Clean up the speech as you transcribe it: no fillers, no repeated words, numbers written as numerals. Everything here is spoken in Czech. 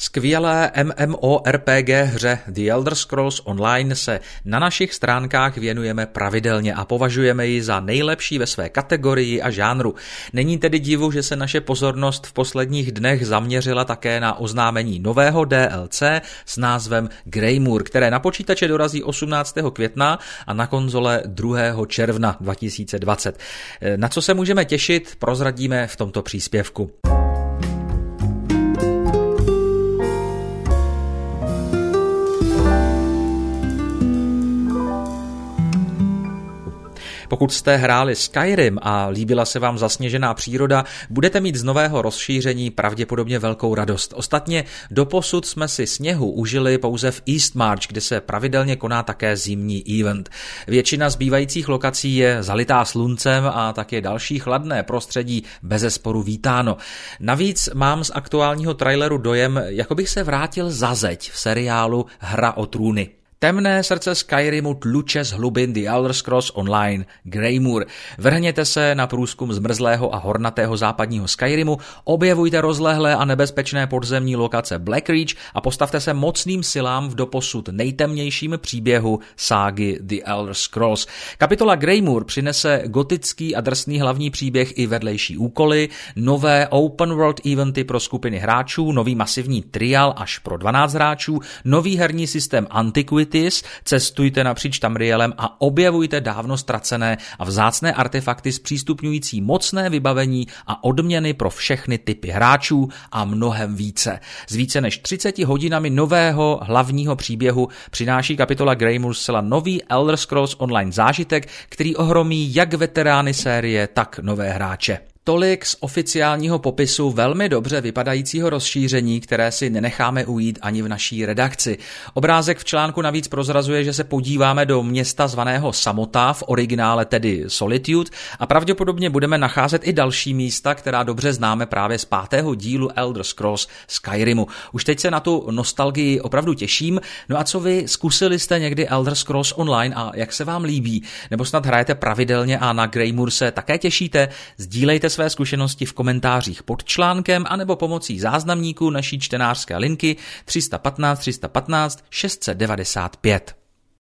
Skvělé MMORPG hře The Elder Scrolls Online se na našich stránkách věnujeme pravidelně a považujeme ji za nejlepší ve své kategorii a žánru. Není tedy divu, že se naše pozornost v posledních dnech zaměřila také na oznámení nového DLC s názvem Greymoor, které na počítače dorazí 18. května a na konzole 2. června 2020. Na co se můžeme těšit, prozradíme v tomto příspěvku. Pokud jste hráli Skyrim a líbila se vám zasněžená příroda, budete mít z nového rozšíření pravděpodobně velkou radost. Ostatně doposud jsme si sněhu užili pouze v Eastmarch, kde se pravidelně koná také zimní event. Většina zbývajících lokací je zalitá sluncem a také další chladné prostředí bezesporu vítáno. Navíc mám z aktuálního traileru dojem, jako bych se vrátil za zeď v seriálu Hra o trůny. Temné srdce Skyrimu tluče z hlubin The Elder Scrolls Online Greymoor. Vrhněte se na průzkum zmrzlého a hornatého západního Skyrimu, objevujte rozlehlé a nebezpečné podzemní lokace Blackreach a postavte se mocným silám v doposud nejtemnějším příběhu ságy The Elder Scrolls. Kapitola Greymoor přinese gotický a drsný hlavní příběh i vedlejší úkoly, nové open world eventy pro skupiny hráčů, nový masivní trial až pro 12 hráčů, nový herní systém Antiquity. Cestujte napříč Tamrielem a objevujte dávno ztracené a vzácné artefakty zpřístupňující mocné vybavení a odměny pro všechny typy hráčů a mnohem více. S více než 30 hodinami nového hlavního příběhu přináší kapitola Greymoor zcela nový Elder Scrolls Online zážitek, který ohromí jak veterány série, tak nové hráče. Tolik z oficiálního popisu velmi dobře vypadajícího rozšíření, které si nenecháme ujít ani v naší redakci. Obrázek v článku navíc prozrazuje, že se podíváme do města zvaného Samota, v originále tedy Solitude, a pravděpodobně budeme nacházet i další místa, která dobře známe právě z 5. dílu Elder Scrolls Skyrimu. Už teď se na tu nostalgii opravdu těším. No a co vy, zkusili jste někdy Elder Scrolls Online a jak se vám líbí? Nebo snad hrajete pravidelně a na Greymoor se také těšíte? Sdílejte své zkušenosti v komentářích pod článkem anebo pomocí záznamníku naší čtenářské linky 315 695.